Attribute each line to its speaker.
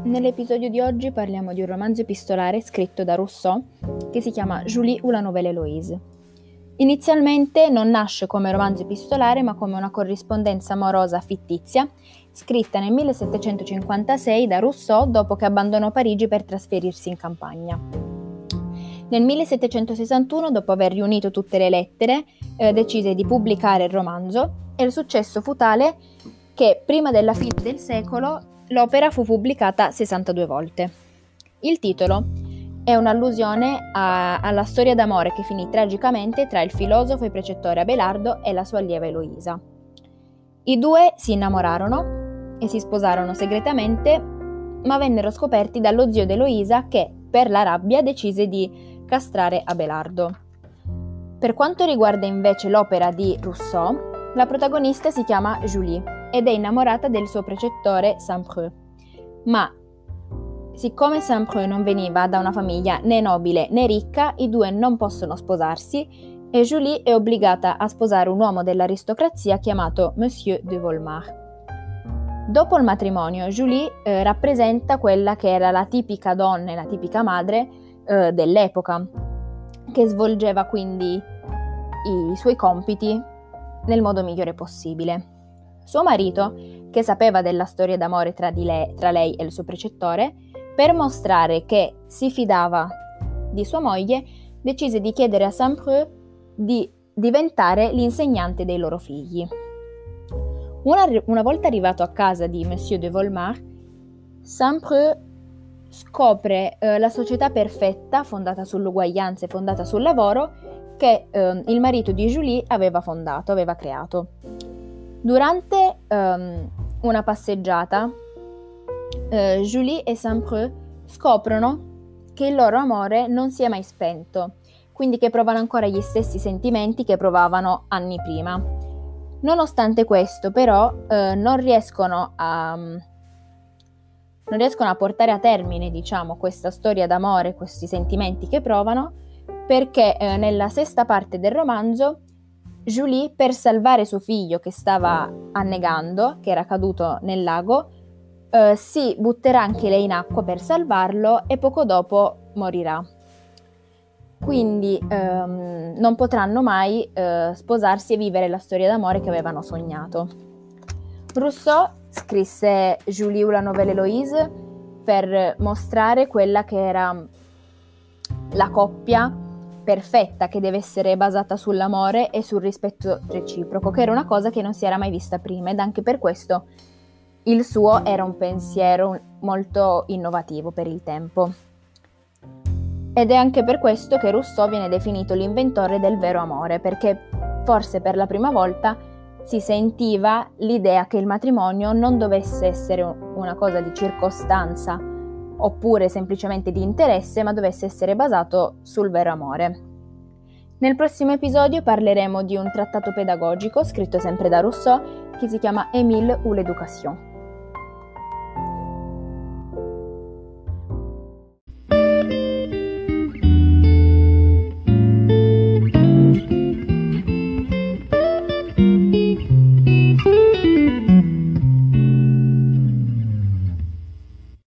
Speaker 1: Nell'episodio di oggi parliamo di un romanzo epistolare scritto da Rousseau che si chiama Julie ou la Nouvelle Héloïse. Inizialmente non nasce come romanzo epistolare ma come una corrispondenza amorosa fittizia scritta nel 1756 da Rousseau dopo che abbandonò Parigi per trasferirsi in campagna. Nel 1761, dopo aver riunito tutte le lettere, decise di pubblicare il romanzo e il successo fu tale che prima della fine del secolo l'opera fu pubblicata 62 volte. Il titolo è un'allusione alla storia d'amore che finì tragicamente tra il filosofo e precettore Abelardo e la sua allieva Eloisa. I due si innamorarono e si sposarono segretamente, ma vennero scoperti dallo zio di Eloisa che, per la rabbia, decise di castrare Abelardo. Per quanto riguarda invece l'opera di Rousseau, la protagonista si chiama Julie ed è innamorata del suo precettore Saint-Preux. Ma, siccome Saint-Preux non veniva da una famiglia né nobile né ricca, i due non possono sposarsi e Julie è obbligata a sposare un uomo dell'aristocrazia chiamato Monsieur de Volmar. Dopo il matrimonio, Julie rappresenta quella che era la tipica donna e la tipica madre dell'epoca, che svolgeva quindi i suoi compiti nel modo migliore possibile. Suo marito, che sapeva della storia d'amore tra lei e il suo precettore, per mostrare che si fidava di sua moglie, decise di chiedere a Saint-Preux di diventare l'insegnante dei loro figli. Una volta arrivato a casa di Monsieur de Volmar, Saint-Preux scopre la società perfetta, fondata sull'uguaglianza e fondata sul lavoro, che il marito di Julie aveva creato. Durante una passeggiata, Julie e Saint-Preux scoprono che il loro amore non si è mai spento, quindi che provano ancora gli stessi sentimenti che provavano anni prima. Nonostante questo, però, non riescono a portare a termine, questa storia d'amore, questi sentimenti che provano, perché nella sesta parte del romanzo Julie, per salvare suo figlio che stava annegando, che era caduto nel lago, si butterà anche lei in acqua per salvarlo e poco dopo morirà. Quindi non potranno mai sposarsi e vivere la storia d'amore che avevano sognato. Rousseau scrisse Julie ou la Nouvelle Héloïse per mostrare quella che era la coppia perfetta, che deve essere basata sull'amore e sul rispetto reciproco, che era una cosa che non si era mai vista prima, ed anche per questo il suo era un pensiero molto innovativo per il tempo. Ed è anche per questo che Rousseau viene definito l'inventore del vero amore, perché forse per la prima volta si sentiva l'idea che il matrimonio non dovesse essere una cosa di circostanza oppure semplicemente di interesse, ma dovesse essere basato sul vero amore. Nel prossimo episodio parleremo di un trattato pedagogico scritto sempre da Rousseau che si chiama Émile ou l'éducation.